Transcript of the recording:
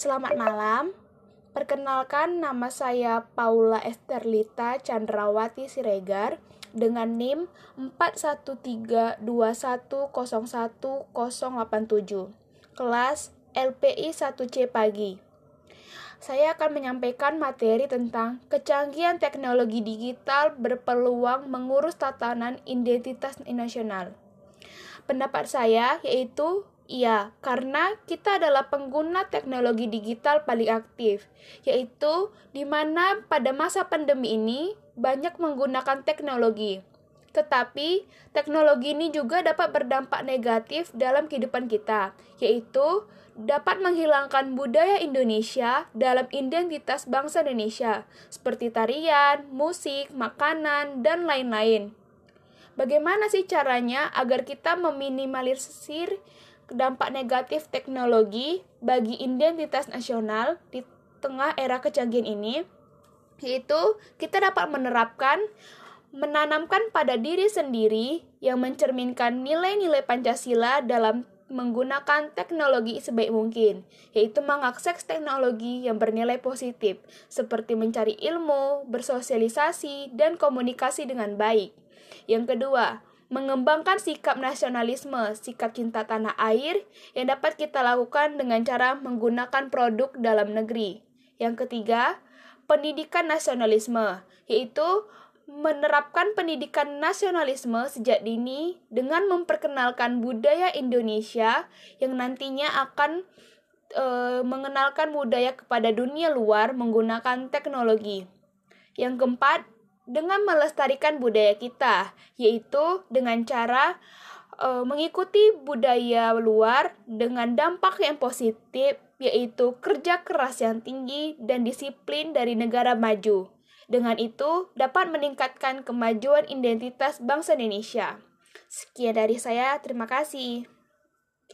Selamat malam. Perkenalkan, nama saya Paula Esterlita Chandrawati Siregar dengan NIM 4132101087, kelas LPI 1C pagi. Saya akan menyampaikan materi tentang kecanggihan teknologi digital berpeluang mengurus tatanan identitas nasional. Pendapat saya yaitu iya, karena kita adalah pengguna teknologi digital paling aktif, yaitu di mana pada masa pandemi ini banyak menggunakan teknologi. Tetapi, teknologi ini juga dapat berdampak negatif dalam kehidupan kita, yaitu dapat menghilangkan budaya Indonesia dalam identitas bangsa Indonesia, seperti tarian, musik, makanan, dan lain-lain. Bagaimana sih caranya agar kita meminimalisir dampak negatif teknologi bagi identitas nasional di tengah era kecanggihan ini? Yaitu kita dapat menanamkan pada diri sendiri yang mencerminkan nilai-nilai Pancasila dalam menggunakan teknologi sebaik mungkin, yaitu mengakses teknologi yang bernilai positif, seperti mencari ilmu, bersosialisasi, dan komunikasi dengan baik. Yang kedua, mengembangkan sikap nasionalisme, sikap cinta tanah air yang dapat kita lakukan dengan cara menggunakan produk dalam negeri. Yang ketiga, pendidikan nasionalisme, yaitu menerapkan pendidikan nasionalisme sejak dini dengan memperkenalkan budaya Indonesia yang nantinya akan mengenalkan budaya kepada dunia luar menggunakan teknologi. Yang keempat, dengan melestarikan budaya kita, yaitu dengan cara mengikuti budaya luar dengan dampak yang positif, yaitu kerja keras yang tinggi dan disiplin dari negara maju. Dengan itu, dapat meningkatkan kemajuan identitas bangsa Indonesia. Sekian dari saya, terima kasih.